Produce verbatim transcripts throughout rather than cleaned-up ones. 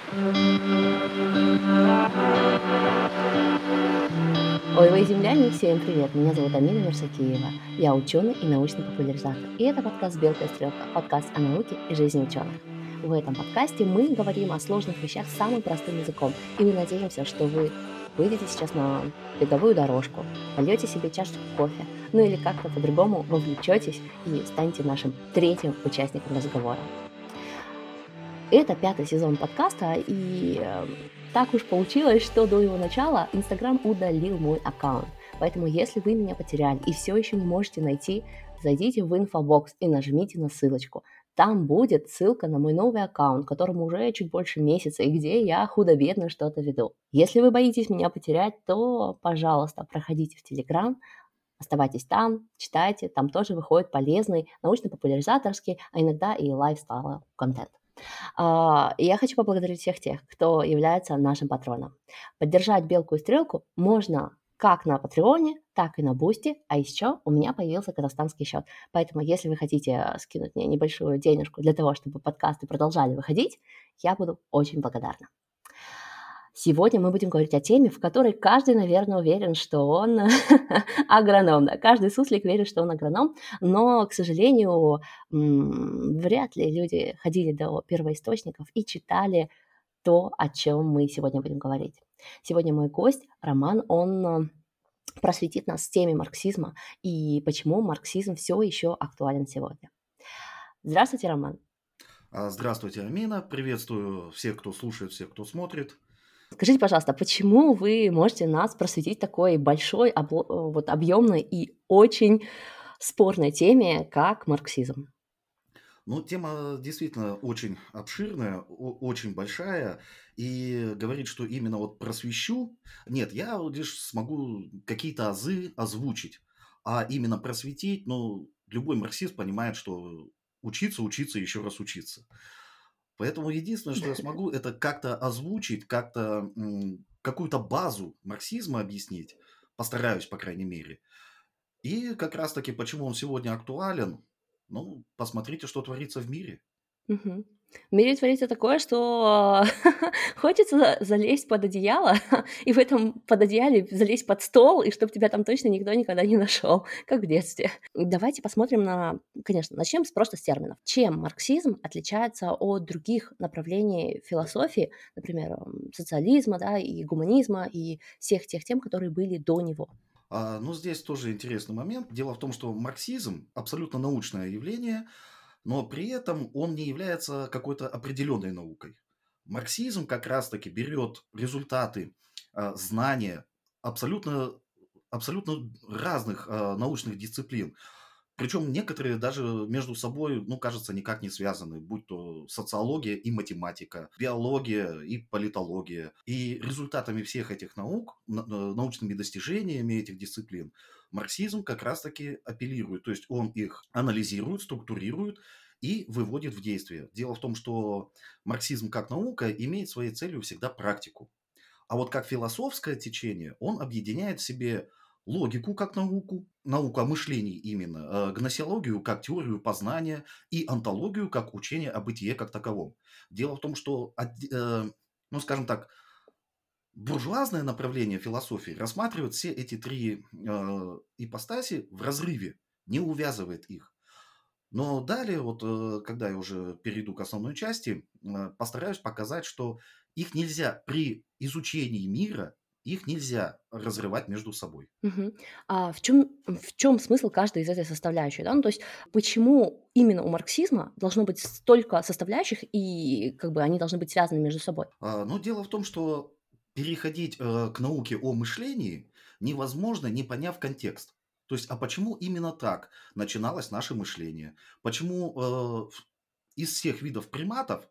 Ой, вы земляне, всем привет! Меня зовут Амина Мурсакиева. Я ученый и научный популяризатор. И это подкаст «Белка и стрелка», подкаст о науке и жизни ученых. В этом подкасте мы говорим о сложных вещах самым простым языком. И мы надеемся, что вы выйдете сейчас на беговую дорожку, польете себе чашечку кофе, ну или как-то по-другому вовлечетесь и станете нашим третьим участником разговора. Это пятый сезон подкаста, и э, так уж получилось, что до его начала Инстаграм удалил мой аккаунт. Поэтому, если вы меня потеряли и все еще не можете найти, зайдите в инфобокс и нажмите на ссылочку. Там будет ссылка на мой новый аккаунт, которому уже чуть больше месяца, и где я худо-бедно что-то веду. Если вы боитесь меня потерять, то, пожалуйста, проходите в Телеграм, оставайтесь там, читайте, там тоже выходит полезный научно-популяризаторский, а иногда и лайфстайл контент. А, Я хочу поблагодарить всех тех, кто является нашим патроном. Поддержать «Белку и стрелку» можно как на Патреоне, так и на Бусти, а еще у меня появился казахстанский счет. Поэтому, если вы хотите э, скинуть мне небольшую денежку для того, чтобы подкасты продолжали выходить, я буду очень благодарна. Сегодня мы будем говорить о теме, в которой каждый, наверное, уверен, что он агроном. Да? Каждый суслик верит, что он агроном, но, к сожалению, м, вряд ли люди ходили до первоисточников и читали то, о чем мы сегодня будем говорить. Сегодня мой гость Роман, он э, просветит нас в теме марксизма и почему марксизм все еще актуален сегодня. Здравствуйте, Роман. А, Здравствуйте, Амина. Приветствую всех, кто слушает, всех, кто смотрит. Скажите, пожалуйста, почему вы можете нас просветить такой большой, обло- э, вот объемной и очень спорной теме, как марксизм? Ну, тема действительно очень обширная, о- очень большая. И говорить, что именно вот просвещу, нет, я вот лишь смогу какие-то азы озвучить. А именно просветить, ну, любой марксист понимает, что учиться, учиться, еще раз учиться. Поэтому единственное, что я смогу, это как-то озвучить, как-то м, какую-то базу марксизма объяснить. Постараюсь, по крайней мере. И как раз таки, почему он сегодня актуален, ну, посмотрите, что творится в мире. Мгм. В мире творится такое, что хочется за- залезть под одеяло, и в этом под одеяле залезть под стол, и чтобы тебя там точно никто никогда не нашел, как в детстве. Давайте посмотрим на, конечно, начнем с, просто с терминов. Чем марксизм отличается от других направлений философии, например, м, социализма, да, и гуманизма, и всех тех тем, которые были до него? А, ну, здесь тоже интересный момент. Дело в том, что марксизм абсолютно научное явление, но при этом он не является какой-то определенной наукой. Марксизм как раз-таки берет результаты, а, знания абсолютно, абсолютно разных а, научных дисциплин. Причем некоторые даже между собой, ну, кажется, никак не связаны, будь то социология и математика, биология и политология. И результатами всех этих наук, на- на- научными достижениями этих дисциплин, марксизм как раз-таки апеллирует. То есть он их анализирует, структурирует и выводит в действие. Дело в том, что марксизм как наука имеет своей целью всегда практику. А вот как философское течение он объединяет в себе логику как науку, науку о мышлении именно, э, гносеологию как теорию познания и онтологию как учение о бытие как таковом. Дело в том, что, отде- э, ну, скажем так, буржуазное направление философии рассматривает все эти три э, ипостаси в разрыве, не увязывает их. Но далее, вот э, когда я уже перейду к основной части, э, постараюсь показать, что их нельзя при изучении мира, их нельзя разрывать между собой. Мгм. А в чем в чем смысл каждой из этой составляющей, да? Ну, то есть почему именно у марксизма должно быть столько составляющих, и как бы они должны быть связаны между собой? А, Но дело в том, что переходить э, к науке о мышлении невозможно, не поняв контекст. То есть, а почему именно так начиналось наше мышление? Почему э, в- из всех видов приматов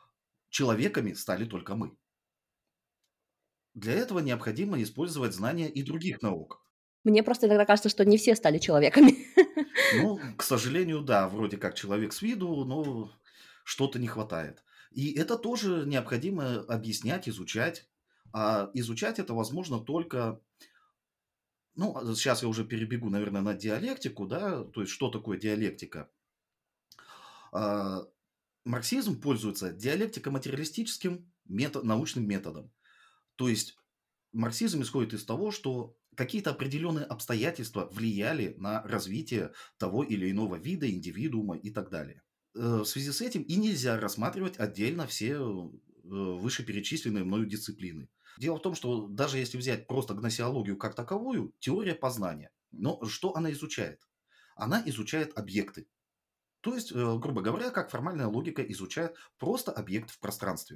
человеками стали только мы? Для этого необходимо использовать знания и других наук. Мне просто иногда кажется, что не все стали человеками. Ну, к сожалению, да, вроде как человек с виду, но что-то не хватает. И это тоже необходимо объяснять, изучать. А изучать это возможно только, ну, а сейчас я уже перебегу, наверное, на диалектику, да, то есть что такое диалектика. А, Марксизм пользуется диалектико-материалистическим мето- научным методом. То есть марксизм исходит из того, что какие-то определенные обстоятельства влияли на развитие того или иного вида, индивидуума и так далее. Э, В связи с этим и нельзя рассматривать отдельно все э, вышеперечисленные мною дисциплины. Дело в том, что даже если взять просто гносеологию как таковую, теория познания, но что она изучает? Она изучает объекты. То есть, э, грубо говоря, как формальная логика изучает просто объект в пространстве.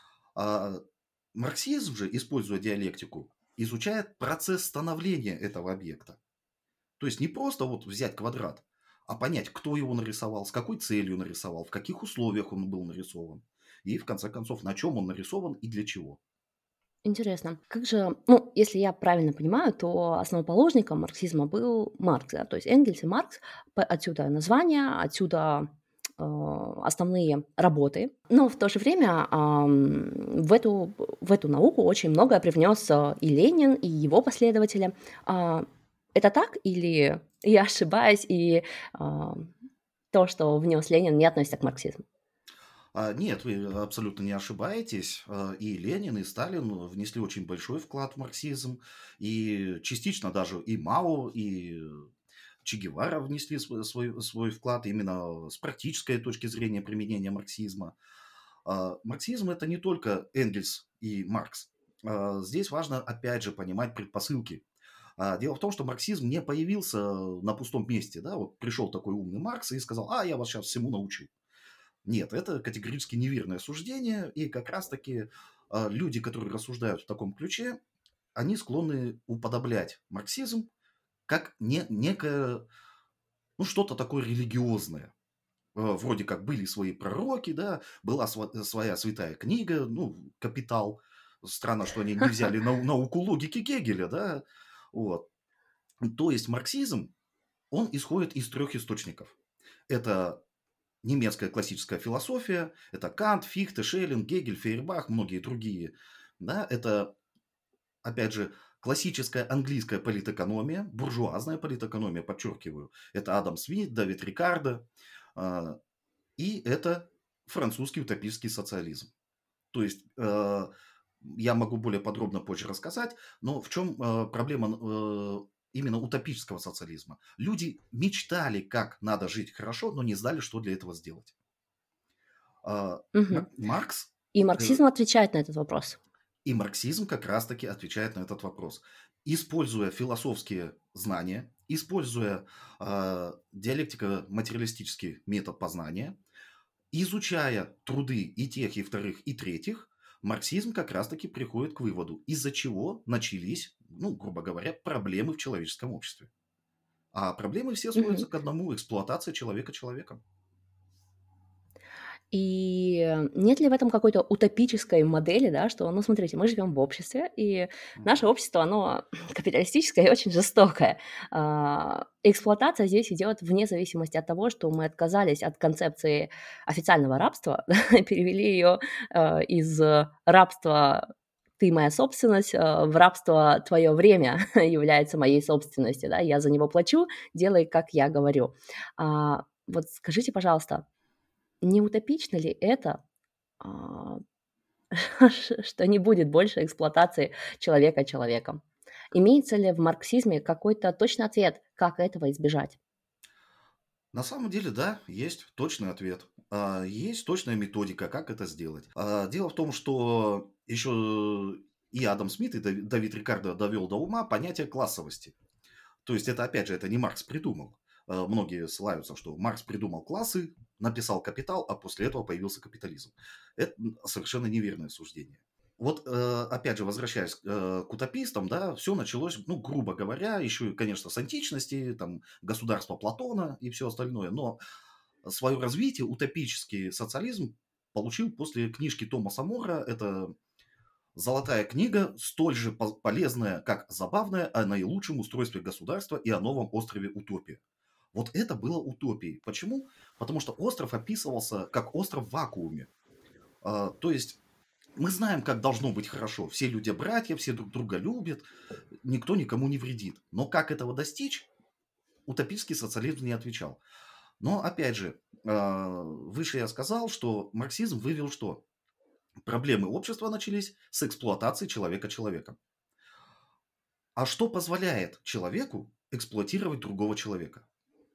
А марксизм же, используя диалектику, изучает процесс становления этого объекта. То есть не просто вот взять квадрат, а понять, кто его нарисовал, с какой целью нарисовал, в каких условиях он был нарисован. И, в конце концов, на чем он нарисован и для чего. Интересно. Как же, ну, если я правильно понимаю, то основоположником марксизма был Маркс, да, то есть Энгельс и Маркс, п- отсюда название, отсюда э, основные работы. Но в то же время ам, в эту, в эту науку очень многое привнес э, и Ленин, и его последователи. А, это так или я ошибаюсь, и а, то, что внес Ленин, не относится к марксизму? А, нет, вы абсолютно не ошибаетесь. А, И Ленин, и Сталин внесли очень большой вклад в марксизм. И частично даже и Мао, и Че Гевара внесли свой, свой, свой вклад именно с практической точки зрения применения марксизма. А, Марксизм – это не только Энгельс и Маркс. А, Здесь важно, опять же, понимать предпосылки. А, Дело в том, что марксизм не появился на пустом месте. Да? Вот пришел такой умный Маркс и сказал, а, я вас сейчас всему научу. Нет, это категорически неверное суждение, и как раз-таки а, люди, которые рассуждают в таком ключе, они склонны уподоблять марксизм как не, некое, ну, что-то такое религиозное. Э, Вроде как были свои пророки, да, была сва- своя святая книга, ну, «Капитал». Странно, что они не взяли нау- науку логики Гегеля, да, вот. То есть марксизм, он исходит из трех источников. Это немецкая классическая философия, это Кант, Фихте, Шеллинг, Гегель, Фейербах, многие другие. Да, это, опять же, классическая английская политэкономия, буржуазная политэкономия, подчеркиваю. Это Адам Смит, Давид Рикардо. а, И это французский утопический социализм. То есть э, я могу более подробно позже рассказать, но в чем э, проблема э, именно утопического социализма? Люди мечтали, как надо жить хорошо, но не знали, что для этого сделать. А, Мгм. Мар- Маркс И э, марксизм отвечает на этот вопрос. и марксизм как раз-таки отвечает на этот вопрос. Используя философские знания, используя а, диалектико-материалистический метод познания, изучая труды и тех, и вторых, и третьих, марксизм как раз-таки приходит к выводу, из-за чего начались, ну, грубо говоря, проблемы в человеческом обществе. А проблемы все Мгм. сводятся к одному – эксплуатация человека человеком. И нет ли в этом какой-то утопической модели, да, что, ну, смотрите, мы живем в обществе, и наше Мгм. общество, оно капиталистическое и очень жестокое. А, Эксплуатация здесь идет вне зависимости от того, что мы отказались от концепции официального рабства, да, и перевели ее э, из рабства ты моя собственность, э, в рабство твое время является моей собственностью, да, я за него плачу, делай, как я говорю. А, вот скажите, пожалуйста, не утопично ли это, а, ш что не будет больше эксплуатации человека человеком? Имеется ли в марксизме какой-то точный ответ, как этого избежать? На самом деле, да, есть точный ответ. А, Есть точная методика, как это сделать. А, Дело в том, что еще и Адам Смит, и Дави- Давид Рикардо довел до ума понятие классовости. То есть это, опять же, это не Маркс придумал. Э, Многие ссылаются, что Маркс придумал классы, написал «Капитал», а после этого появился капитализм. Это м, совершенно неверное суждение. Вот, э, опять же, возвращаясь э, к утопистам, да, все началось, ну, грубо говоря, еще, и, конечно, с античности, там, государства Платона и все остальное, но свое развитие утопический социализм получил после книжки Томаса Мора, это «Золотая книга», столь же по- полезная, как забавная, о наилучшем устройстве государства и о новом острове Утопия. Вот это было утопией. Почему? Потому что остров описывался как остров в вакууме. А, то есть мы знаем, как должно быть хорошо. Все люди братья, все друг друга любят, никто никому не вредит. Но как этого достичь, утопический социализм не отвечал. Но опять же, а, выше я сказал, что марксизм вывел что? Проблемы общества начались с эксплуатации человека человеком. А что позволяет человеку эксплуатировать другого человека?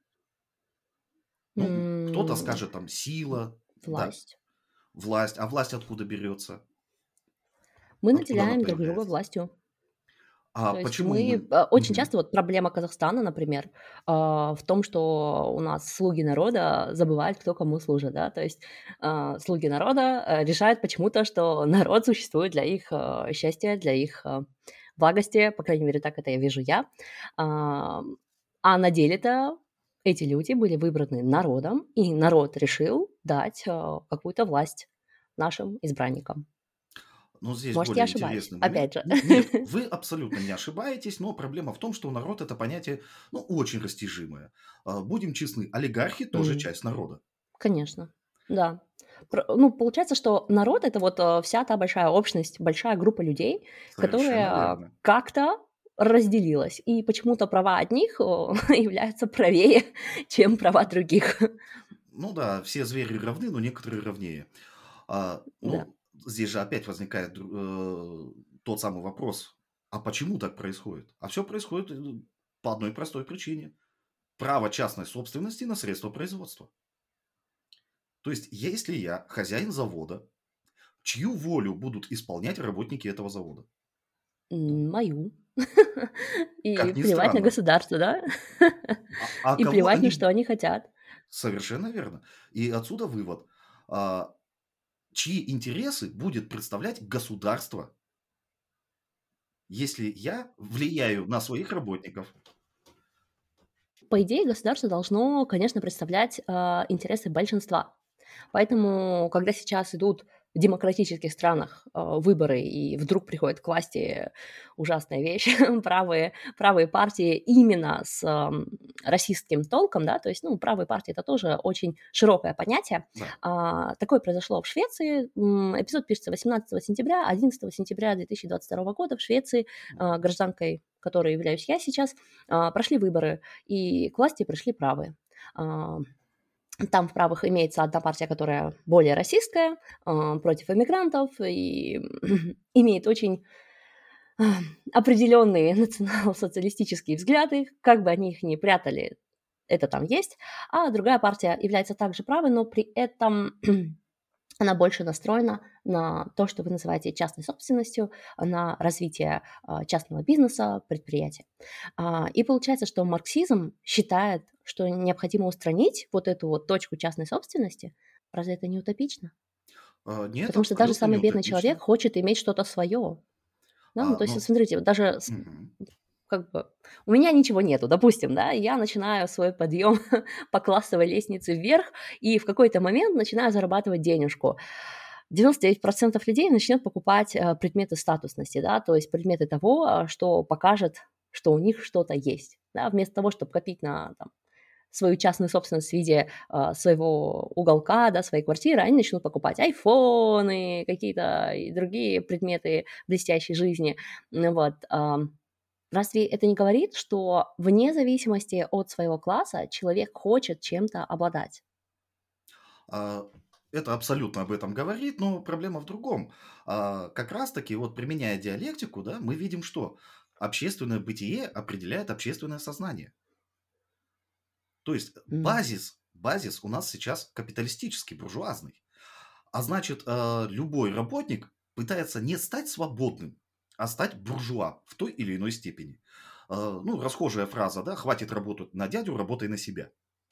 Ну, кто-то М, скажет там сила, да, Власть. власть. А власть откуда берется? Мы Откуда она наделяем друг друга появляется? властью. А То есть почему мы, мы... э, очень Мгм. часто вот проблема Казахстана, например, а, в том, что у нас слуги народа забывают, кто кому служит, да. То есть, а, слуги народа, э, решают почему-то, что народ существует для их, э, счастья, для их, э, благости. По крайней мере, так это я вижу я. Ам, а на деле-то эти люди были выбраны народом, и народ решил дать, э, какую-то власть нашим избранникам. Но здесь Может, я более ошибаюсь, интересный момент. опять же. Н- Нет, вы абсолютно не ошибаетесь, но проблема в том, что народ это понятие, ну, очень растяжимое. А, Будем честны, олигархи тоже М. часть народа. Конечно, да. Пр ну, получается, что народ — это вот, э, вся та большая общность, большая группа людей, Совершенно которая верно. как-то разделилась, и почему-то права одних, о, являются правее, чем права других. Ну да, все звери равны, но некоторые равнее. А, Да. ну, здесь же опять возникает дру- э, тот самый вопрос, а почему так происходит? А все происходит э, по одной простой причине. Право частной собственности на средства производства. То есть, если я хозяин завода, чью волю будут исполнять работники этого завода? М, мою. И Как ни плевать на странно. государство, да? А, а И кого плевать, на они... что они хотят. Совершенно верно. И отсюда вывод. А, чьи интересы будет представлять государство, если я влияю на своих работников? По идее, государство должно, конечно, представлять, а, интересы большинства. Поэтому, когда сейчас идут в демократических странах, а, выборы, и вдруг приходит к власти ужасная вещь, правые правые партии именно с, ам, расистским толком, да, то есть, ну, правые партии — это тоже очень широкое понятие. Да. А, такое произошло в Швеции. М, эпизод пишется восемнадцатого сентября. одиннадцатого сентября две тысячи двадцать второго года в Швеции, а, гражданкой, которой являюсь я сейчас, а, прошли выборы, и к власти пришли правые. А, там в правых имеется одна партия, которая более расистская, а, против иммигрантов и имеет очень, а, определенные национал-социалистические взгляды. Как бы они их ни прятали, это там есть. А другая партия является также правой, но при этом она больше настроена на то, что вы называете частной собственностью, на развитие, а, частного бизнеса, предприятия. А, и получается, что марксизм считает, что необходимо устранить вот эту вот точку частной собственности. Разве это не утопично? А, нет, Потому что даже абсолютно не самый бедный человек утопично. хочет иметь что-то свое. Да, ну, А, то есть, вот ну, смотрите, вот даже с мгм. как бы у меня ничего нету, допустим, да, и я начинаю свой подъем по классовой лестнице вверх и в какой-то момент начинаю зарабатывать денежку. девяносто девять процентов людей начнет покупать, э, предметы статусности, да, то есть предметы того, а, что покажет, что у них что-то есть, да. Вместо того, чтобы копить на, там, свою частную собственность в виде, а, своего уголка, да, своей квартиры, они начнут покупать айфоны, какие-то и другие предметы блестящей жизни. Ну вот, ам, разве это не говорит, что вне зависимости от своего класса человек хочет чем-то обладать? А, это абсолютно об этом говорит, но проблема в другом. А, как раз-таки, вот применяя диалектику, да, мы видим, что общественное бытие определяет общественное сознание. То есть М, базис, базис у нас сейчас капиталистический, буржуазный. А значит, э, любой работник пытается не стать свободным, а стать буржуа в той или иной степени. Э, ну, расхожая фраза, да, хватит работать на дядю, работай на себя.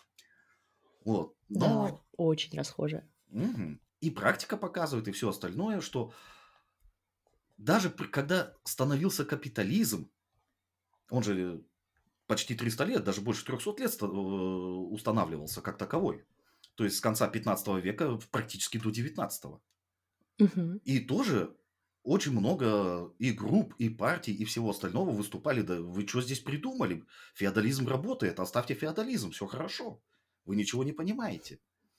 Вот. да, Но очень расхоже. мгм, и практика показывает, и все остальное, что даже при- когда становился капитализм, он же почти триста лет, даже больше трехсот лет ста- э, устанавливался как таковой. То есть с конца пятнадцатого века в- практически до девятнадцатого. Мгм. И тоже очень много и групп, и партий, и всего остального выступали. Да вы что здесь придумали? Феодализм работает, оставьте феодализм, все хорошо. Вы ничего не понимаете.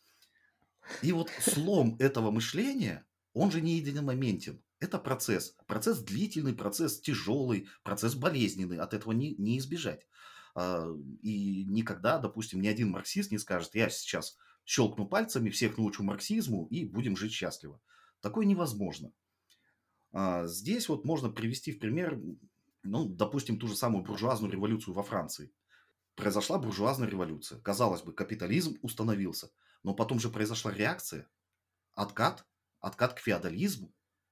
И вот слом этого мышления, он же не единомоментен. Это процесс. Процесс длительный, процесс тяжелый, процесс болезненный. От этого не, не избежать. А, И никогда, допустим, ни один марксист не скажет, я сейчас щелкну пальцами, всех научу марксизму и будем жить счастливо. Такое невозможно. А, здесь вот можно привести в пример, м, ну, допустим, ту же самую буржуазную революцию во Франции. Произошла буржуазная революция. Казалось бы, капитализм установился. Но потом же произошла реакция, откат, откат к феодализму.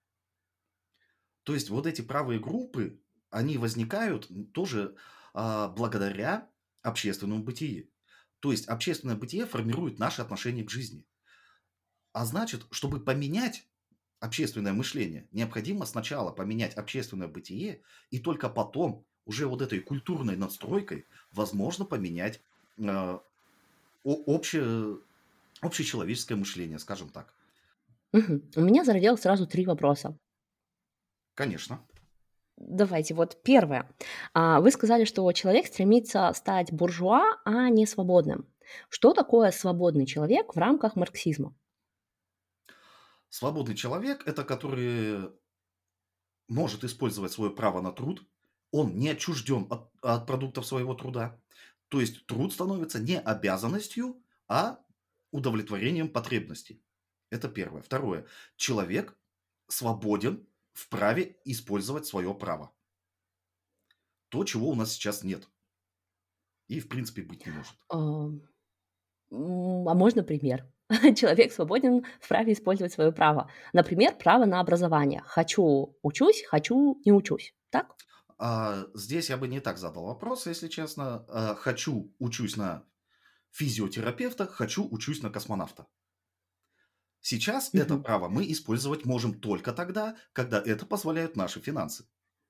То есть вот эти правые группы, они возникают м, тоже а, благодаря общественному бытию. То есть общественное бытие формирует наши отношения к жизни. А значит, чтобы поменять общественное мышление, необходимо сначала поменять общественное бытие, и только потом, уже вот этой культурной надстройкой, возможно поменять а, о- общее, общечеловеческое мышление, скажем так. Мгм. У меня зародилось сразу три вопроса. Конечно. Давайте, вот первое. А, Вы сказали, что человек стремится стать буржуа, а не свободным. Что такое свободный человек в рамках марксизма? Свободный человек – это который может использовать свое право на труд, он не отчужден от, от продуктов своего труда. То есть труд становится не обязанностью, а удовлетворением потребностей. Это первое. Второе. Человек свободен в праве использовать свое право. То, чего у нас сейчас нет. И, в принципе, быть не может. А, м, А можно пример? Человек свободен в праве использовать свое право. Например, право на образование. Хочу – учусь, хочу – не учусь. Так? А здесь я бы не так задал вопрос, если честно. А, хочу, учусь на физиотерапевта, хочу, учусь на космонавта. Сейчас это Мгм. право мы использовать можем только тогда, когда это позволяют наши финансы.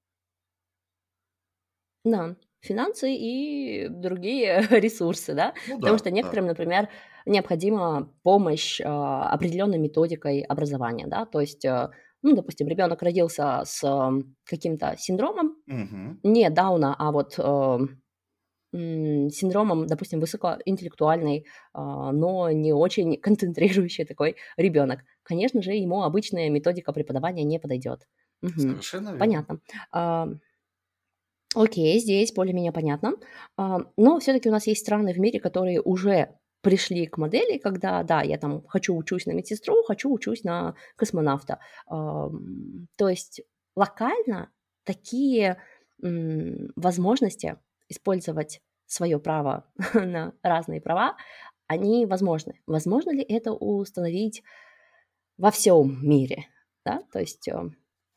Да, финансы и другие ресурсы, да. Ну Потому да, что да. некоторым, например, необходима помощь, а, определенной методикой образования, да. То есть, э, ну, допустим, ребенок родился с, ам, каким-то синдромом, Мгм. не Дауна, а вот, ам, м, синдромом, допустим, высокоинтеллектуальный, а, но не очень концентрирующий такой ребенок. Конечно же, ему обычная методика преподавания не подойдет. Мгм. Совершенно верно. Понятно. А Окей, здесь более-менее понятно. А, но все таки у нас есть страны в мире, которые уже пришли к модели, когда, да, я там хочу учусь на медсестру, хочу учусь на космонавта. Ам, то есть локально такие, м, возможности использовать свое право на разные права, они возможны. Возможно ли это установить во всем мире? Да, то есть, э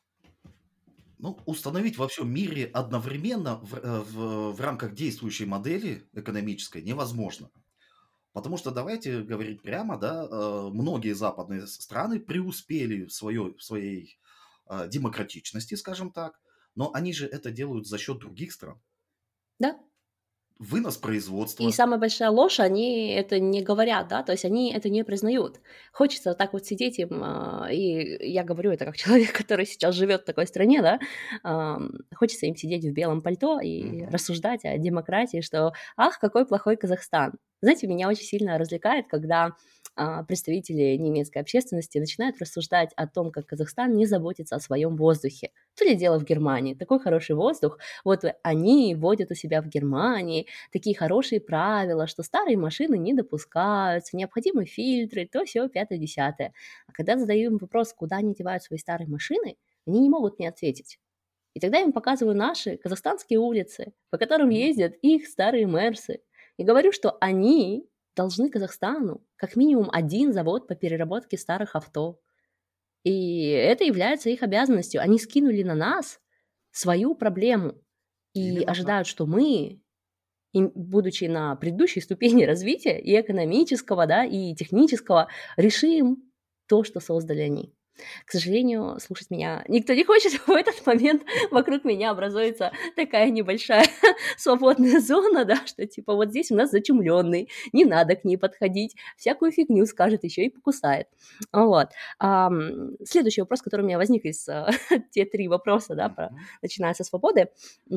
Ну, установить во всем мире одновременно в, э, в, в рамках действующей модели экономической невозможно. Потому что давайте говорить прямо, да, э, многие западные с- страны преуспели в, свое, в своей э, демократичности, скажем так, но они же это делают за счет других стран. да. Вынос И производства. самая большая ложь, они это не говорят, да, то есть они это не признают. Хочется так вот сидеть им, а, и я говорю это как человек, который сейчас живет в такой стране, да, ам, хочется им сидеть в белом пальто и Мгм. рассуждать о демократии, что ах, какой плохой Казахстан. Знаете, меня очень сильно развлекает, когда а, представители немецкой общественности начинают рассуждать о том, как Казахстан не заботится о своем воздухе. То ли дело в Германии, такой хороший воздух, вот они вводят у себя в Германии такие хорошие правила, что старые машины не допускаются, необходимы фильтры, то все пятое-десятое. А когда задаю им вопрос, куда они девают свои старые машины, они не могут мне ответить. И тогда я им показываю наши казахстанские улицы, по которым Ну, ездят их старые мерсы. И говорю, что они должны Казахстану как минимум один завод по переработке старых авто. И это является их обязанностью. Они скинули на нас свою проблему и именно так. ожидают, что мы и будучи на предыдущей ступени развития и экономического, да, и технического, решим то, что создали они. К сожалению, слушать меня никто не хочет. В этот момент вокруг меня образуется такая небольшая свободная зона, да, что типа вот здесь у нас зачумленный, не надо к ней подходить, всякую фигню скажет, еще и покусает. Вот. Ам, следующий вопрос, который у меня возник из а, те три вопроса, да, про, Мгм. начиная со свободы.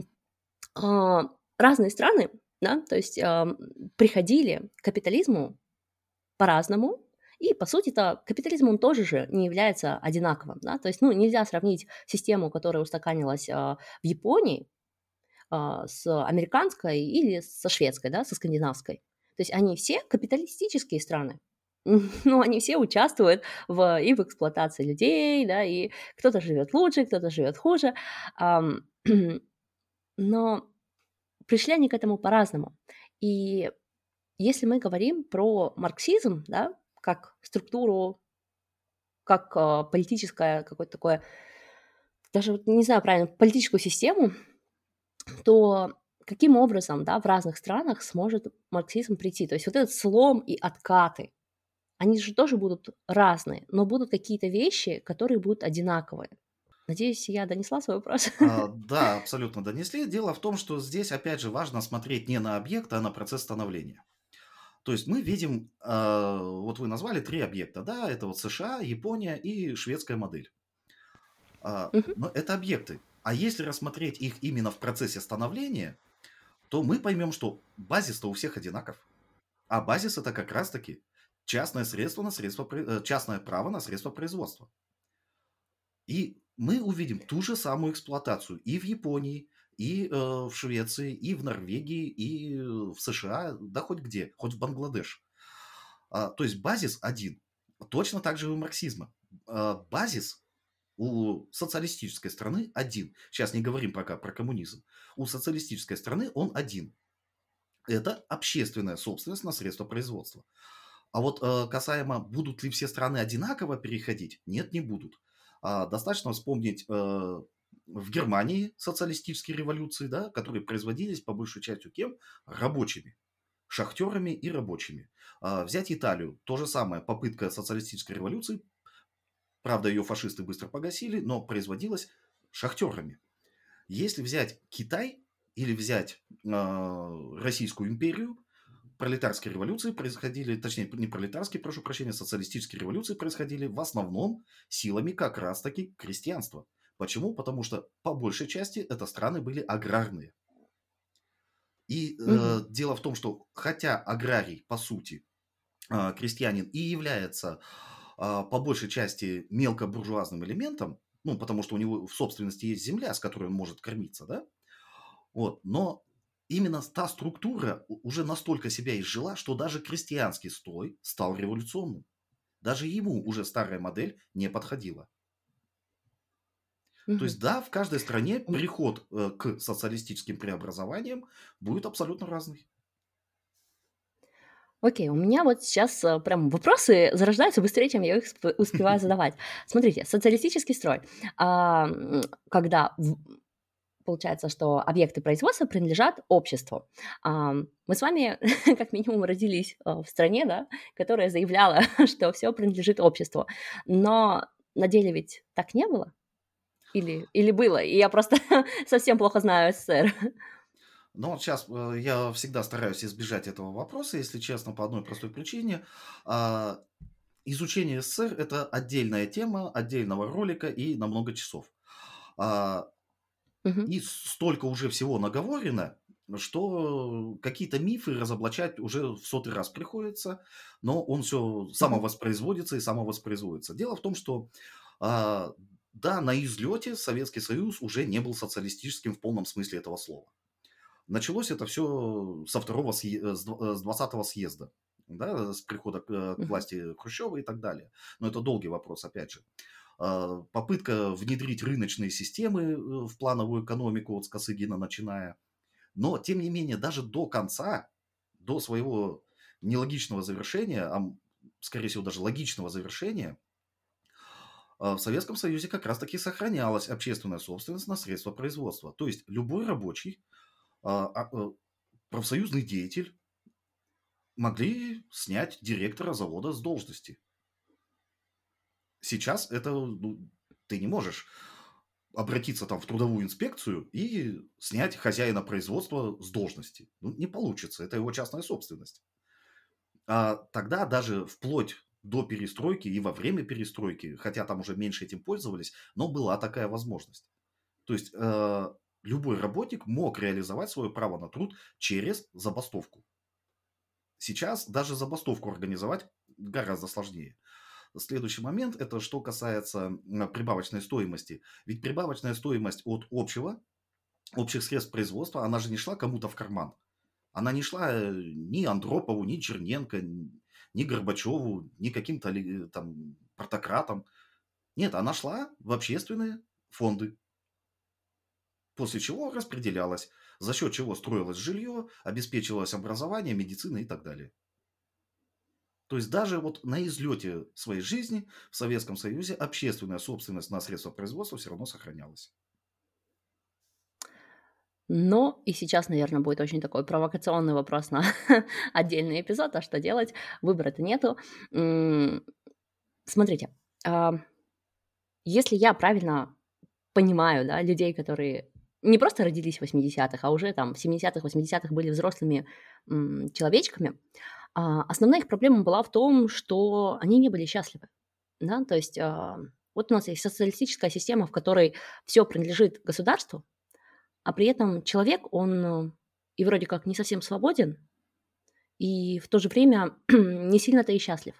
А, Разные страны, да, то есть, ам, приходили к капитализму по-разному. И, по сути-то, капитализм, он тоже же не является одинаковым, да. То есть, ну, нельзя сравнить систему, которая устаканилась, а, в Японии, а, с американской или со шведской, да, со скандинавской. То есть они все капиталистические страны. ну, они все участвуют в и в эксплуатации людей, да, и кто-то живет лучше, кто-то живет хуже. Ам, но пришли они к этому по-разному. И если мы говорим про марксизм, да, как структуру, как, а, политическое какое-то такое, даже вот не знаю правильно, политическую систему, то каким образом, да, в разных странах сможет марксизм прийти? То есть вот этот слом и откаты, они же тоже будут разные, но будут какие-то вещи, которые будут одинаковые. Надеюсь, я донесла свой вопрос. А, да, абсолютно донесли. Дело в том, что здесь, опять же, важно смотреть не на объект, а на процесс становления. То есть мы видим, а, вот вы назвали три объекта, да, это вот США, Япония и шведская модель. А, Мгм, но это объекты. А если рассмотреть их именно в процессе становления, то мы поймем, что базис-то у всех одинаков. А базис это как раз-таки частное средство на средство, при- э, частное право на средства производства. И мы увидим ту же самую эксплуатацию и в Японии, и э, в Швеции, и в Норвегии, и э, в США, да хоть где, хоть в Бангладеш. А, то есть базис один. Точно так же и у марксизма. А, базис у социалистической страны один. Сейчас не говорим пока про коммунизм. У социалистической страны он один. Это общественная собственность на средства производства. А вот э, касаемо, будут ли все страны одинаково переходить, нет, не будут. А, достаточно вспомнить э, в Германии социалистические революции, да, которые производились по большей части кем? Рабочими, шахтерами и рабочими. А, взять Италию, то же самое, попытка социалистической революции, правда, ее фашисты быстро погасили, но производилась шахтерами. Если взять Китай или взять э, Российскую империю, пролетарские революции происходили, точнее, не пролетарские, прошу прощения, социалистические революции происходили в основном силами как раз-таки крестьянства. Почему? Потому что по большей части это страны были аграрные. И э, мгм. дело в том, что хотя аграрий, по сути, э, крестьянин и является э, по большей части мелкобуржуазным элементом, ну, потому что у него в собственности есть земля, с которой он может кормиться, да, вот, но именно та структура у- уже настолько себя изжила, что даже крестьянский строй стал революционным. Даже ему уже старая модель не подходила. То Мгм. есть да, в каждой стране М, переход э, к социалистическим преобразованиям будет абсолютно разный. окей, у меня вот сейчас, э, прям вопросы зарождаются быстрее, чем я их сп успеваю задавать. Смотрите, социалистический строй. А, м, когда в получается, что объекты производства принадлежат обществу. Ам, мы с вами как минимум родились, э, в стране, да, которая заявляла, что все принадлежит обществу. Но на деле ведь так не было? Или или было, и я просто совсем плохо знаю СССР? Но вот сейчас я всегда стараюсь избежать этого вопроса, если честно, по одной простой причине. А, Изучение СССР – это отдельная тема, отдельного ролика и на много часов. А, Мгм, И столько уже всего наговорено, что какие-то мифы разоблачать уже в сотый раз приходится, но он все мгм, самовоспроизводится и самовоспроизводится. Дело в том, что а, да, на излете Советский Союз уже не был социалистическим в полном смысле этого слова. Началось это все со второго съе- э, с дв- э, с двадцатого съезда, да, с прихода к, э, к мгм, власти Хрущева и так далее. Но это долгий вопрос, опять же. А, попытка внедрить рыночные системы э, в плановую экономику, вот с Косыгина начиная. Но, тем не менее, даже до конца, до своего нелогичного завершения, а м, скорее всего даже логичного завершения, а, в Советском Союзе как раз-таки сохранялась общественная собственность на средства производства. То есть любой рабочий, а, а, э, профсоюзный деятель могли снять директора завода с должности. Сейчас это, ну, ты не можешь обратиться там в трудовую инспекцию и снять хозяина производства с должности. Ну, не получится, это его частная собственность. А тогда даже вплоть до перестройки и во время перестройки, хотя там уже меньше этим пользовались, но была такая возможность. То есть э, любой работник мог реализовать свое право на труд через забастовку. Сейчас даже забастовку организовать гораздо сложнее. Следующий момент – это что касается м, прибавочной стоимости. Ведь прибавочная стоимость от общего, общих средств производства, она же не шла кому-то в карман. Она не шла э, ни Андропову, ни Черненко, н- ни Горбачеву, ни каким-то оли- там портократам. Нет, она шла в общественные фонды, после чего распределялась, за счет чего строилось жилье, обеспечивалось образование, медицина и так далее. То есть даже вот на излете своей жизни в Советском Союзе общественная собственность на средства производства все равно сохранялась. Но и сейчас, наверное, будет очень такой провокационный вопрос на отдельный эпизод, а что делать? Выбора-то нету. М, Смотрите, а, если я правильно понимаю, да, людей, которые не просто родились в восьмидесятых, а уже там в семидесятых, восьмидесятых были взрослыми м, человечками, а, основная их проблема была в том, что они не были счастливы. Да? То есть а, вот у нас есть социалистическая система, в которой все принадлежит государству, а при этом человек, он э, и вроде как не совсем свободен, и в то же время не сильно-то и счастлив.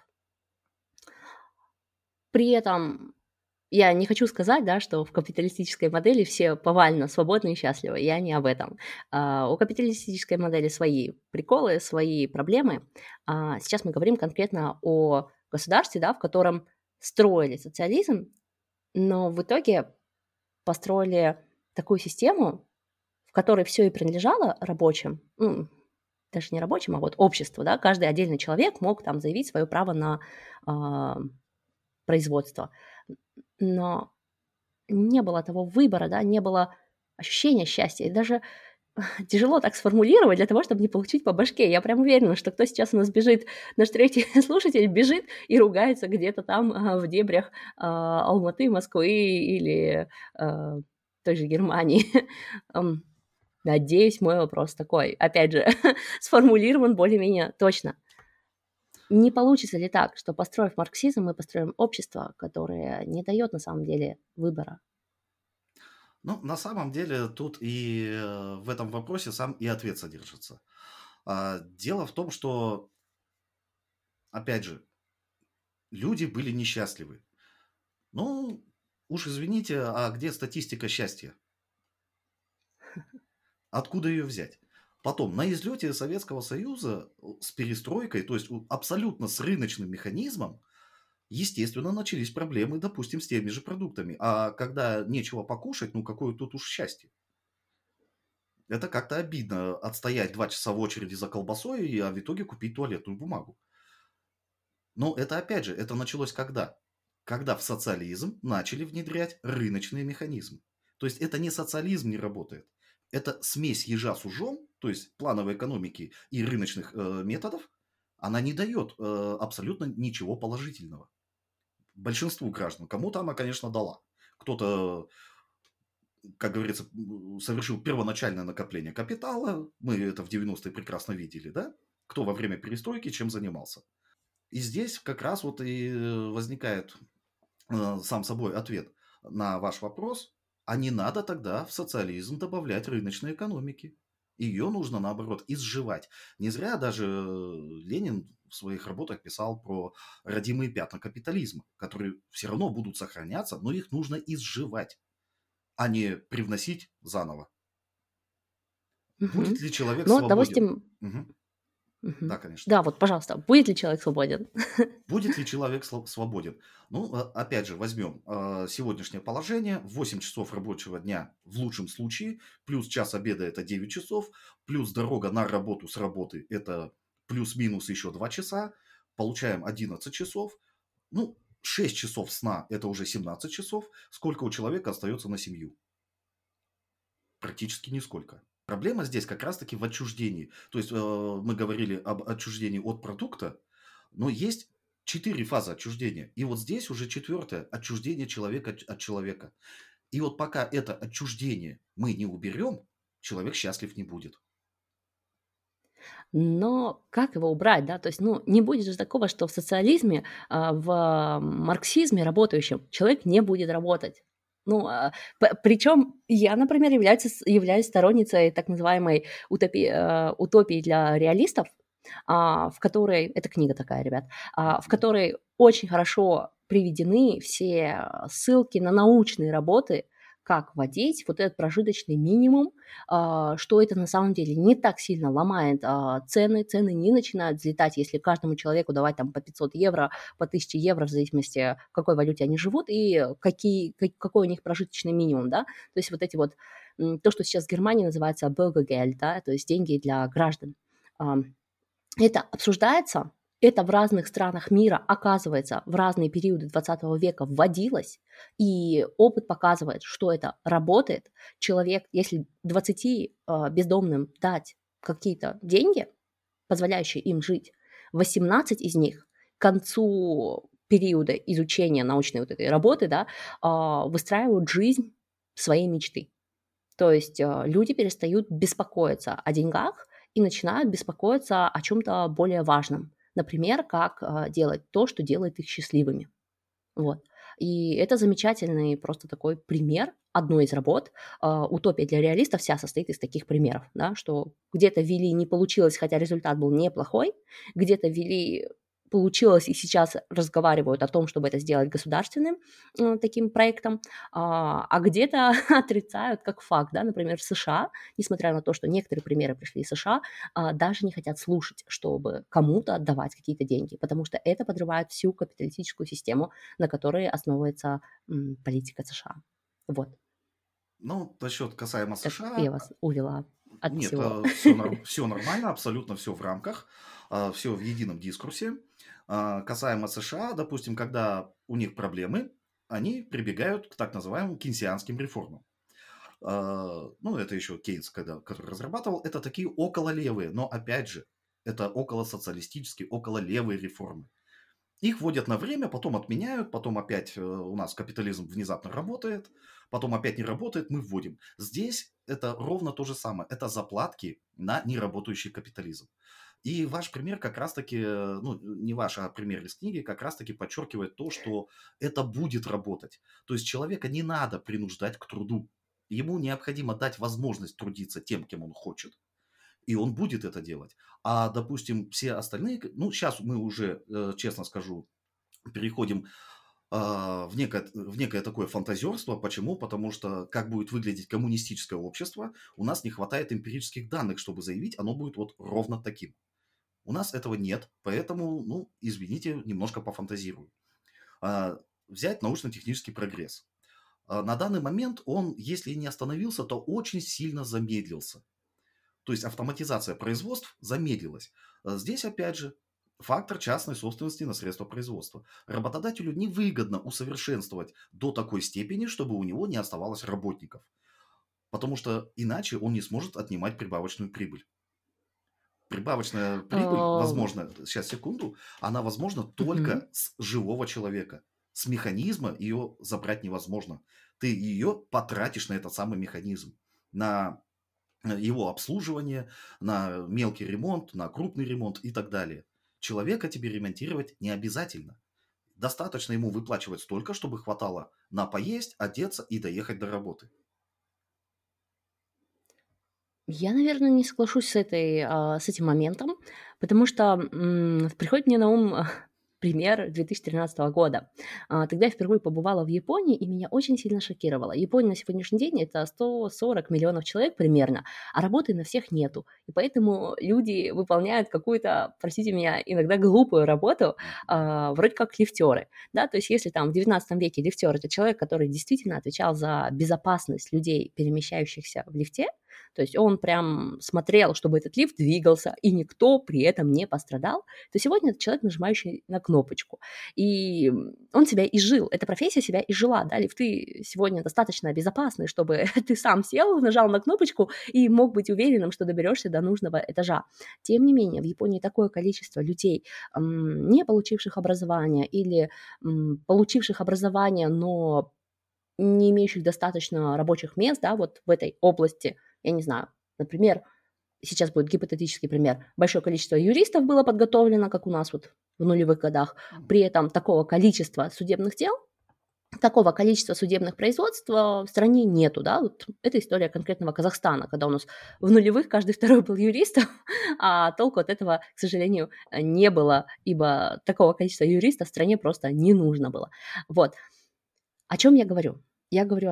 При этом я не хочу сказать, да, что в капиталистической модели все повально свободны и счастливы. Я не об этом. А, у капиталистической модели свои приколы, свои проблемы. А, сейчас мы говорим конкретно о государстве, да, в котором строили социализм, но в итоге построили такую систему, в которой все и принадлежало рабочим, ну, даже не рабочим, а вот обществу, да, каждый отдельный человек мог там заявить свое право на а, производство. Но не было того выбора, да, не было ощущения счастья. И даже тяжело так сформулировать для того, чтобы не получить по башке. Я прям уверена, что кто сейчас у нас бежит, наш третий слушатель бежит и ругается где-то там а, в дебрях а, Алматы, Москвы или а, той же Германии. Ам, Надеюсь, мой вопрос такой, опять же, сформулирован более-менее точно. Не получится ли так, что, построив марксизм, мы построим общество, которое не дает на самом деле выбора? Ну, на самом деле, тут и э, в этом вопросе сам и ответ содержится. А, Дело в том, что, опять же, люди были несчастливы. Ну, уж извините, а где статистика счастья? Откуда ее взять? Потом, на излете Советского Союза э, с перестройкой, то есть у- абсолютно с рыночным механизмом, естественно, начались проблемы, допустим, с теми же продуктами. А когда нечего покушать, ну какое тут уж счастье? Это как-то обидно отстоять два часа в очереди за колбасой, и, а в итоге купить туалетную бумагу. Но это опять же, это началось когда? Когда в социализм начали внедрять рыночные механизмы. То есть это не социализм не работает. Это смесь ежа с ужом, то есть плановой экономики и рыночных э, методов, она не дает э, абсолютно ничего положительного. Большинству граждан. Кому-то она, конечно, дала. Кто-то, как говорится, м, совершил первоначальное накопление капитала. Мы это в девяностые прекрасно видели, да? Кто во время перестройки чем занимался. И здесь как раз вот и э, возникает э, сам собой ответ на ваш вопрос. А не надо тогда в социализм добавлять рыночной экономики. Ее нужно, наоборот, изживать. Не зря даже э, Ленин в своих работах писал про родимые пятна капитализма, которые все равно будут сохраняться, но их нужно изживать, а не привносить заново. Мгм. Будет ли человек Ну, свободен? допустим, Мгм. мгм. Да, конечно. Да, вот, пожалуйста, будет ли человек свободен? Будет ли человек сло- свободен? Ну, а- опять же, возьмем а, сегодняшнее положение. восемь часов рабочего дня в лучшем случае, плюс час обеда это девять часов, плюс дорога на работу с работы это плюс-минус еще два часа. Получаем одиннадцать часов. Ну, шесть часов сна это уже семнадцать часов. Сколько у человека остается на семью? Практически нисколько. Проблема здесь как раз-таки в отчуждении. То есть э, мы говорили об отчуждении от продукта, но есть четыре фазы отчуждения. И вот здесь уже четвертое отчуждение человека от от человека. И вот пока это отчуждение мы не уберем, человек счастлив не будет. Но как его убрать, да? То есть, ну, не будет же такого, что в социализме, а, в марксизме работающем человек не будет работать. Ну, а, п причем я, например, является с являюсь сторонницей так называемой утопи э, утопии для реалистов, а, в которой это книга такая, ребят, а, в Мгм. которой очень хорошо приведены все, а, ссылки на научные работы, как вводить вот этот прожиточный минимум, а, что это на самом деле не так сильно ломает а, цены, цены не начинают взлетать, если каждому человеку давать там по пятьсот евро, по тысяче евро, в зависимости, в какой валюте они живут и какие, как- какой у них прожиточный минимум, да, то есть вот эти вот, м, то, что сейчас в Германии называется Bürgergeld, да, то есть деньги для граждан. Ам, Это обсуждается, это в разных странах мира, оказывается, в разные периоды двадцатого века вводилось, и опыт показывает, что это работает. Человек, если двадцати а, бездомным дать какие-то деньги, позволяющие им жить, восемнадцать из них к концу периода изучения научной вот этой работы, да, а, выстраивают жизнь своей мечты. То есть а, люди перестают беспокоиться о деньгах и начинают беспокоиться о чем-то более важном. Например, как а, делать то, что делает их счастливыми. Вот. И это замечательный просто такой пример одной из работ. А, «Утопия для реалистов» вся состоит из таких примеров, да, что где-то ввели, не получилось, хотя результат был неплохой, где-то ввели, получилось, и сейчас разговаривают о том, чтобы это сделать государственным э, таким проектом, а, а где-то отрицают как факт, да, например, в США, несмотря на то, что некоторые примеры пришли из США, а, даже не хотят слушать, чтобы кому-то отдавать какие-то деньги, потому что это подрывает всю капиталистическую систему, на которой основывается м, политика США. Вот, Ну, насчет касаемо так США, я вас увела от нет, всего. все, все нормально, абсолютно все в рамках, все в едином дискурсе. А, Касаемо США, допустим, когда у них проблемы, они прибегают к так называемым кейнсианским реформам. А, Ну, это еще Кейнс, когда, который разрабатывал, это такие окололевые, но опять же, это околосоциалистические, окололевые реформы. Их вводят на время, потом отменяют, потом опять э, у нас капитализм внезапно работает, потом опять не работает, мы вводим. Здесь это ровно то же самое. Это заплатки на неработающий капитализм. И ваш пример как раз-таки, э, ну, не ваш, а пример из книги, как раз-таки подчеркивает то, что это будет работать. То есть человека не надо принуждать к труду. Ему необходимо дать возможность трудиться тем, кем он хочет, и он будет это делать. А, допустим, все остальные, ну, сейчас мы уже, э, честно скажу, переходим а, в некое, в некое такое фантазерство. Почему? Потому что как будет выглядеть коммунистическое общество, у нас не хватает эмпирических данных, чтобы заявить, оно будет вот ровно таким. У нас этого нет, поэтому, ну, извините, немножко пофантазирую. А, Взять научно-технический прогресс. А, На данный момент он, если и не остановился, то очень сильно замедлился. То есть автоматизация производств замедлилась. А Здесь, опять же, фактор частной собственности на средства производства. Работодателю невыгодно усовершенствовать до такой степени, чтобы у него не оставалось работников. Потому что иначе он не сможет отнимать прибавочную прибыль. Прибавочная прибыль, Ам, возможно, сейчас секунду, она возможна мгм. только с живого человека. С механизма ее забрать невозможно. Ты ее потратишь на этот самый механизм, на э, его обслуживание, на мелкий ремонт, на крупный ремонт и так далее. Человека тебе ремонтировать не обязательно. Достаточно ему выплачивать столько, чтобы хватало на поесть, одеться и доехать до работы. Я, наверное, не соглашусь с этой, а, с этим моментом, потому что, м, приходит мне на ум пример две тысячи тринадцатого года. А, тогда я впервые побывала в Японии, и меня очень сильно шокировало. Япония на сегодняшний день — это сто сорок миллионов человек примерно, а работы на всех нету. И поэтому люди выполняют какую-то, простите меня, иногда глупую работу, а, вроде как лифтёры. Да, то есть если там в девятнадцатом веке лифтёр — это человек, который действительно отвечал за безопасность людей, перемещающихся в лифте, то есть он прям смотрел, чтобы этот лифт двигался, и никто при этом не пострадал, то сегодня это человек, нажимающий на кнопочку. И м, он себя изжил, эта профессия себя изжила, да, лифты сегодня достаточно безопасны, чтобы ты сам сел, нажал на кнопочку и мог быть уверенным, что доберешься до нужного этажа. Тем не менее, в Японии такое количество людей, м, не получивших образования или м, получивших образование, но не имеющих достаточно рабочих мест, да, вот в этой области, я не знаю, например, сейчас будет гипотетический пример, большое количество юристов было подготовлено, как у нас вот в нулевых годах, при этом такого количества судебных дел, такого количества судебных производств а, в стране нету, да, вот это история конкретного Казахстана, когда у нас в нулевых каждый второй был юристом, а толку от этого, к сожалению, не было, ибо такого количества юристов в стране просто не нужно было. Вот. О чем я говорю? Я говорю о том,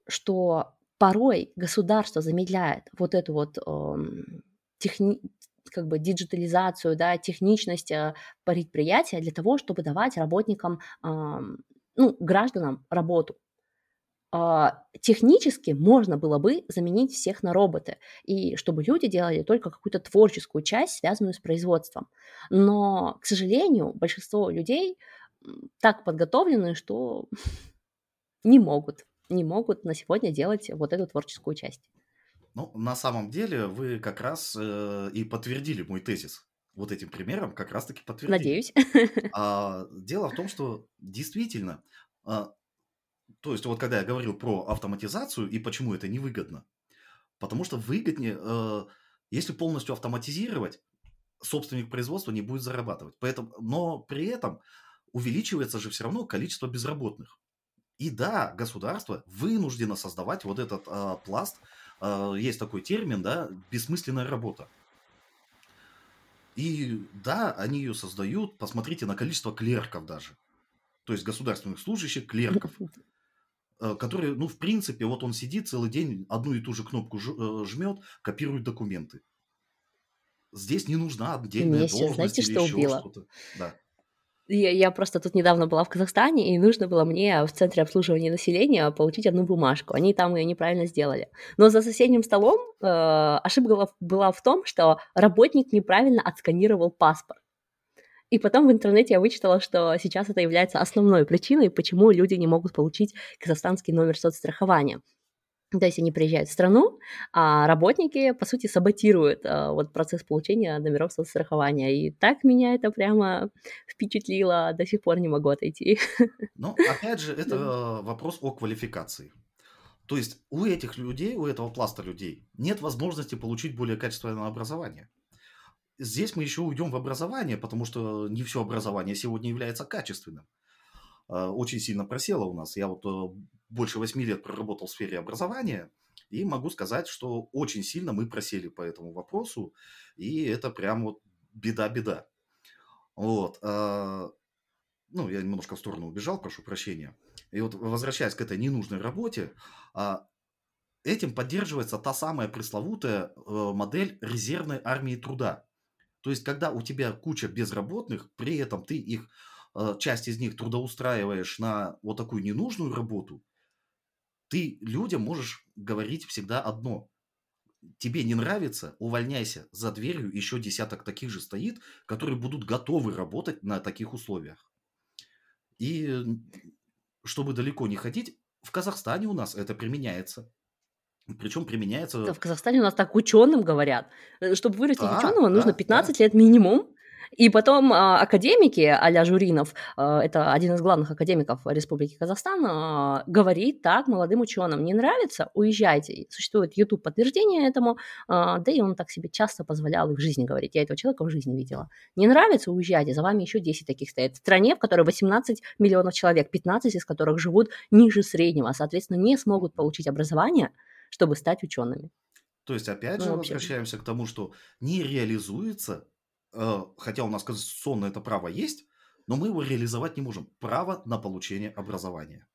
что порой государство замедляет вот эту вот, ам, техни как бы диджитализацию, да, техничность, а, предприятия для того, чтобы давать работникам, ам, ну, гражданам работу. А, технически можно было бы заменить всех на роботы, и чтобы люди делали только какую-то творческую часть, связанную с производством. Но, к сожалению, большинство людей, м, так подготовлены, что не могут не могут на сегодня делать вот эту творческую часть. Ну, на самом деле вы как раз, э, и подтвердили мой тезис. Вот этим примером как раз таки подтвердили. Надеюсь. А, дело в том, что действительно, а, то есть вот когда я говорил про автоматизацию и почему это невыгодно, потому что выгоднее, э, если полностью автоматизировать, собственник производства не будет зарабатывать. Поэтому, но при этом увеличивается же все равно количество безработных. И да, государство вынуждено создавать вот этот а, пласт, а, есть такой термин, да, бессмысленная работа. И да, они ее создают, посмотрите на количество клерков даже, то есть государственных служащих, клерков, э, которые, ну, в принципе, вот он сидит целый день, одну и ту же кнопку ж- э, жмет, копирует документы. Здесь не нужна отдельная Меня сейчас, должность знаете, или что еще убило? что-то. Да. Я я просто тут недавно была в Казахстане, и нужно было мне в центре обслуживания населения получить одну бумажку. Они там ее неправильно сделали. Но за соседним столом, э, ошибка была в была в том, что работник неправильно отсканировал паспорт. И потом в интернете я вычитала, что сейчас это является основной причиной, почему люди не могут получить казахстанский номер соцстрахования. То есть они приезжают в страну, а работники, по сути, саботируют, а, вот процесс получения номеров соцстрахования. И так меня это прямо впечатлило, до сих пор не могу отойти. Но опять же, это Да. э, вопрос о квалификации. То есть у этих людей, у этого пласта людей нет возможности получить более качественное образование. Здесь мы еще уйдем в образование, потому что не все образование сегодня является качественным. А, Очень сильно просело у нас. Я вот э, больше восьми лет проработал в сфере образования, и могу сказать, что очень сильно мы просели по этому вопросу, и это прям вот беда-беда. Вот. а, Ну, я немножко в сторону убежал, прошу прощения. И вот возвращаясь к этой ненужной работе, а, этим поддерживается та самая пресловутая э, модель резервной армии труда. То есть, когда у тебя куча безработных, при этом ты их, э, часть из них трудоустраиваешь на вот такую ненужную работу, ты людям можешь говорить всегда одно. Тебе не нравится, увольняйся. За дверью еще десяток таких же стоит, которые будут готовы работать на таких условиях. И м, чтобы далеко не ходить, в Казахстане у нас это применяется. Причем Да, применяется, в Казахстане у нас так ученым говорят. Э, чтобы вырастить да, ученого, нужно да, да. пятнадцать лет минимум. И потом, а, академики а-ля Журинов, а, это один из главных академиков Республики Казахстан, а, говорит так молодым ученым: "Не нравится - уезжайте". И существует YouTube подтверждение этому, а, да и он так себе часто позволял и в жизни говорить. Я этого человека в жизни видела. "Не нравится - уезжайте", за вами еще десять таких стоит. В стране, в которой восемнадцать миллионов человек, пятнадцать из которых живут ниже среднего, соответственно, не смогут получить образование, чтобы стать учеными. То есть, опять Ну, же, в общем, возвращаемся к тому, что не реализуется, э, хотя у нас конституционно это право есть, но мы его реализовать не можем. Право на получение образования.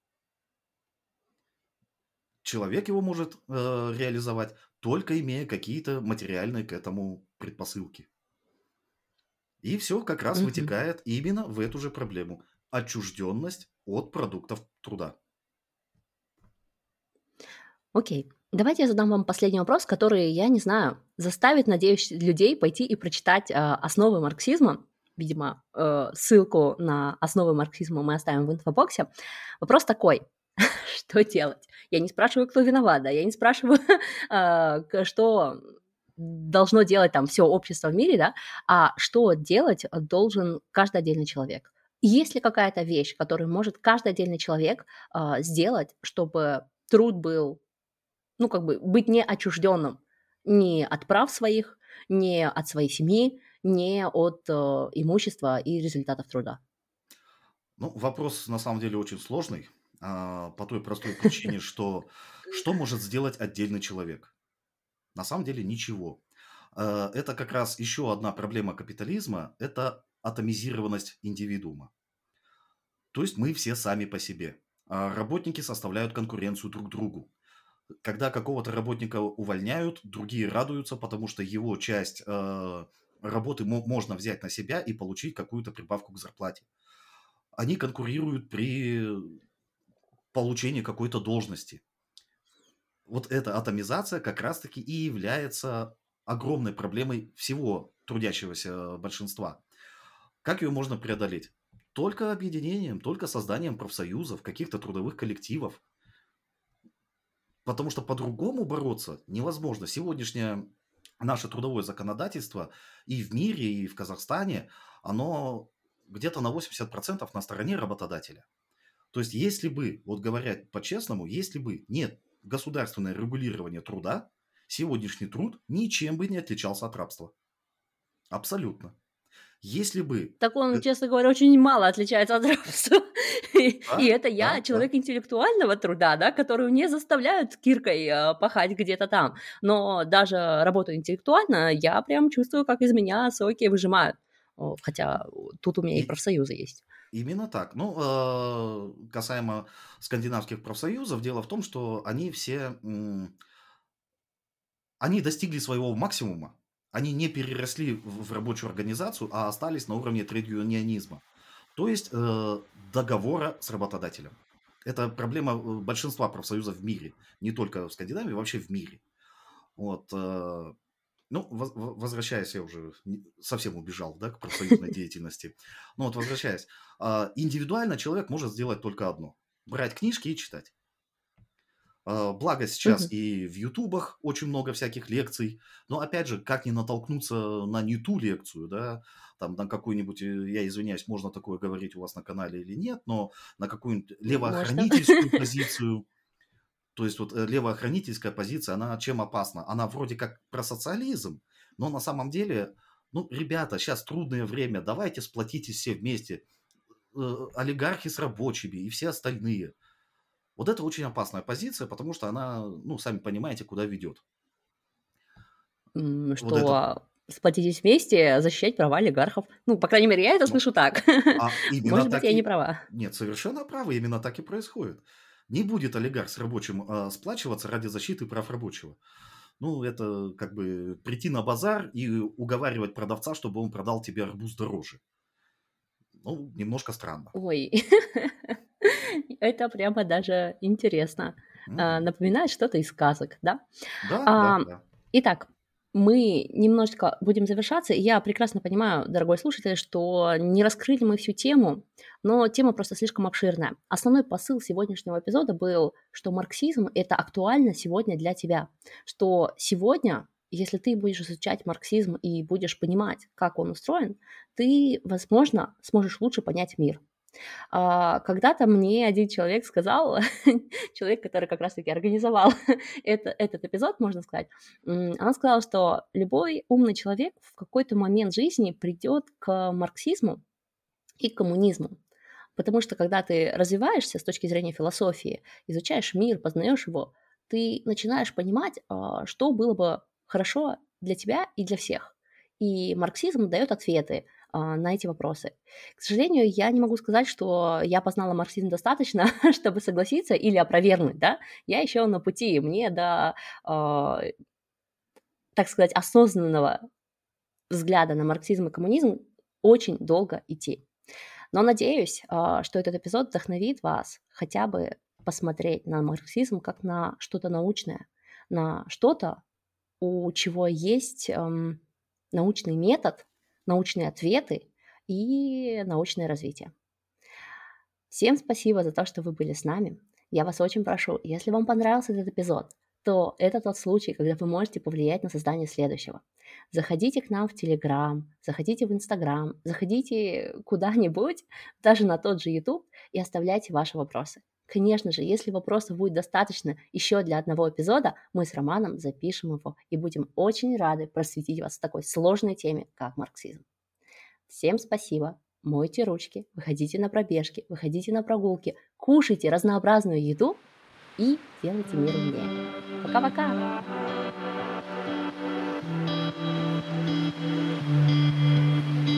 Человек его может э, реализовать, только имея какие-то материальные к этому предпосылки. И все как раз мгм. вытекает именно в эту же проблему. Отчужденность от продуктов труда. Окей. Давайте я задам вам последний вопрос, который, я не знаю, заставит, надеюсь, людей пойти и прочитать, а, "Основы марксизма". Видимо, э, ссылку на "Основы марксизма" мы оставим в инфобоксе. Вопрос такой: что делать? Я не спрашиваю, кто виноват, да, я не спрашиваю, а, к что должно делать там все общество в мире, да, а что делать должен каждый отдельный человек. Есть ли какая-то вещь, которую может каждый отдельный человек, а, сделать, чтобы труд был, ну, как бы быть не отчужденным ни от прав своих, ни от своей семьи, ни от, э, имущества и результатов труда? Ну, вопрос на самом деле очень сложный, а, по той простой причине, что что может сделать отдельный человек? На самом деле ничего. Э, Это как раз еще одна проблема капитализма – это атомизированность индивидуума. То есть мы все сами по себе. А, Работники составляют конкуренцию друг другу. Когда какого-то работника увольняют, другие радуются, потому что его часть э, работы мо- можно взять на себя и получить какую-то прибавку к зарплате. Они конкурируют при получении какой-то должности. Вот эта атомизация как раз-таки и является огромной проблемой всего трудящегося большинства. Как ее можно преодолеть? Только объединением, только созданием профсоюзов, каких-то трудовых коллективов. Потому что по-другому бороться невозможно. Сегодняшнее наше трудовое законодательство и в мире, и в Казахстане, оно где-то на восемьдесят процентов на стороне работодателя. То есть, если бы, вот говоря по-честному, если бы нет государственное регулирование труда, сегодняшний труд ничем бы не отличался от рабства. Абсолютно. Если бы... Так он, г- честно говоря, очень мало отличается от рабства. И и Да, это я, да, да. человек интеллектуального труда, да, которую не заставляют киркой, а, пахать где-то там. Но даже работая интеллектуально, я прям чувствую, как из меня соки выжимают. О, хотя, о, тут у меня и И профсоюзы есть. именно так. Ну, э, касаемо скандинавских профсоюзов, дело в том, что они все, м, они достигли своего максимума. Они не переросли в в рабочую организацию, а остались на уровне трейд-юнионизма. То есть э, договора с работодателем. Это проблема э, большинства профсоюзов в мире. Не только в Скандинавии, вообще в мире. Вот. э, Ну, воз- во- возвращаясь, я уже не- совсем убежал, да, к профсоюзной деятельности. Ну, вот возвращаясь. а, Индивидуально человек может сделать только одно. Брать книжки и читать. А, Благо сейчас Мгм. и в ютубах очень много всяких лекций. Но опять же, как не натолкнуться на не ту лекцию, да, там на какую-нибудь, э, я извиняюсь, можно такое говорить у вас на канале или нет, но на какую-нибудь Можно. левоохранительскую позицию. То есть вот э, левоохранительская позиция, она чем опасна? Она вроде как про социализм, но на самом деле, ну, ребята, сейчас трудное время, давайте сплотитесь все вместе, э, олигархи с рабочими и все остальные. Вот это очень опасная позиция, потому что она, ну, сами понимаете, куда ведет. М, Вот что, это, а, сплотитесь вместе, защищать права олигархов. Ну, по крайней мере, я это ну, слышу так. а именно Может быть, так я не и... права. Нет, совершенно правы, именно так и происходит. Не будет олигарх с рабочим а, сплачиваться ради защиты прав рабочего. Ну, это как бы прийти на базар и уговаривать продавца, чтобы он продал тебе арбуз дороже. Ну, немножко странно. Ой, это прямо даже интересно. А, Мгм. напоминает что-то из сказок, да? Да, да, А, да. итак, мы немножечко будем завершаться. И я прекрасно понимаю, дорогой слушатель, что не раскрыли мы всю тему, но тема просто слишком обширная. Основной посыл сегодняшнего эпизода был, что марксизм– это актуально сегодня для тебя. Что сегодня, если ты будешь изучать марксизм и будешь понимать, как он устроен, ты, возможно, сможешь лучше понять мир. А, когда-то мне один человек сказал, человек, который как раз-таки организовал это, этот эпизод, можно сказать, м, она сказала, что любой умный человек в какой-то момент жизни придет к марксизму и к коммунизму. Потому что когда ты развиваешься с точки зрения философии, изучаешь мир, познаешь его, ты начинаешь понимать, а, что было бы хорошо для тебя и для всех. И марксизм дает ответы а, на эти вопросы. К сожалению, я не могу сказать, что я познала марксизм достаточно, чтобы согласиться или опровергнуть, да. Я еще на пути, мне до, а, так сказать, осознанного взгляда на марксизм и коммунизм очень долго идти. Но надеюсь, а, что этот эпизод вдохновит вас хотя бы посмотреть на марксизм как на что-то научное, на что-то, у чего есть эм, научный метод, научные ответы и научное развитие. Всем спасибо за то, что вы были с нами. Я вас очень прошу, если вам понравился этот эпизод, то это тот случай, когда вы можете повлиять на создание следующего. Заходите к нам в Телеграм, заходите в Инстаграм, заходите куда-нибудь, даже на тот же YouTube, и оставляйте ваши вопросы. Конечно же, если вопросов будет достаточно еще для одного эпизода, мы с Романом запишем его и будем очень рады просветить вас в такой сложной теме, как марксизм. Всем спасибо. Мойте ручки, выходите на пробежки, выходите на прогулки, кушайте разнообразную еду и делайте мир умнее. Пока-пока!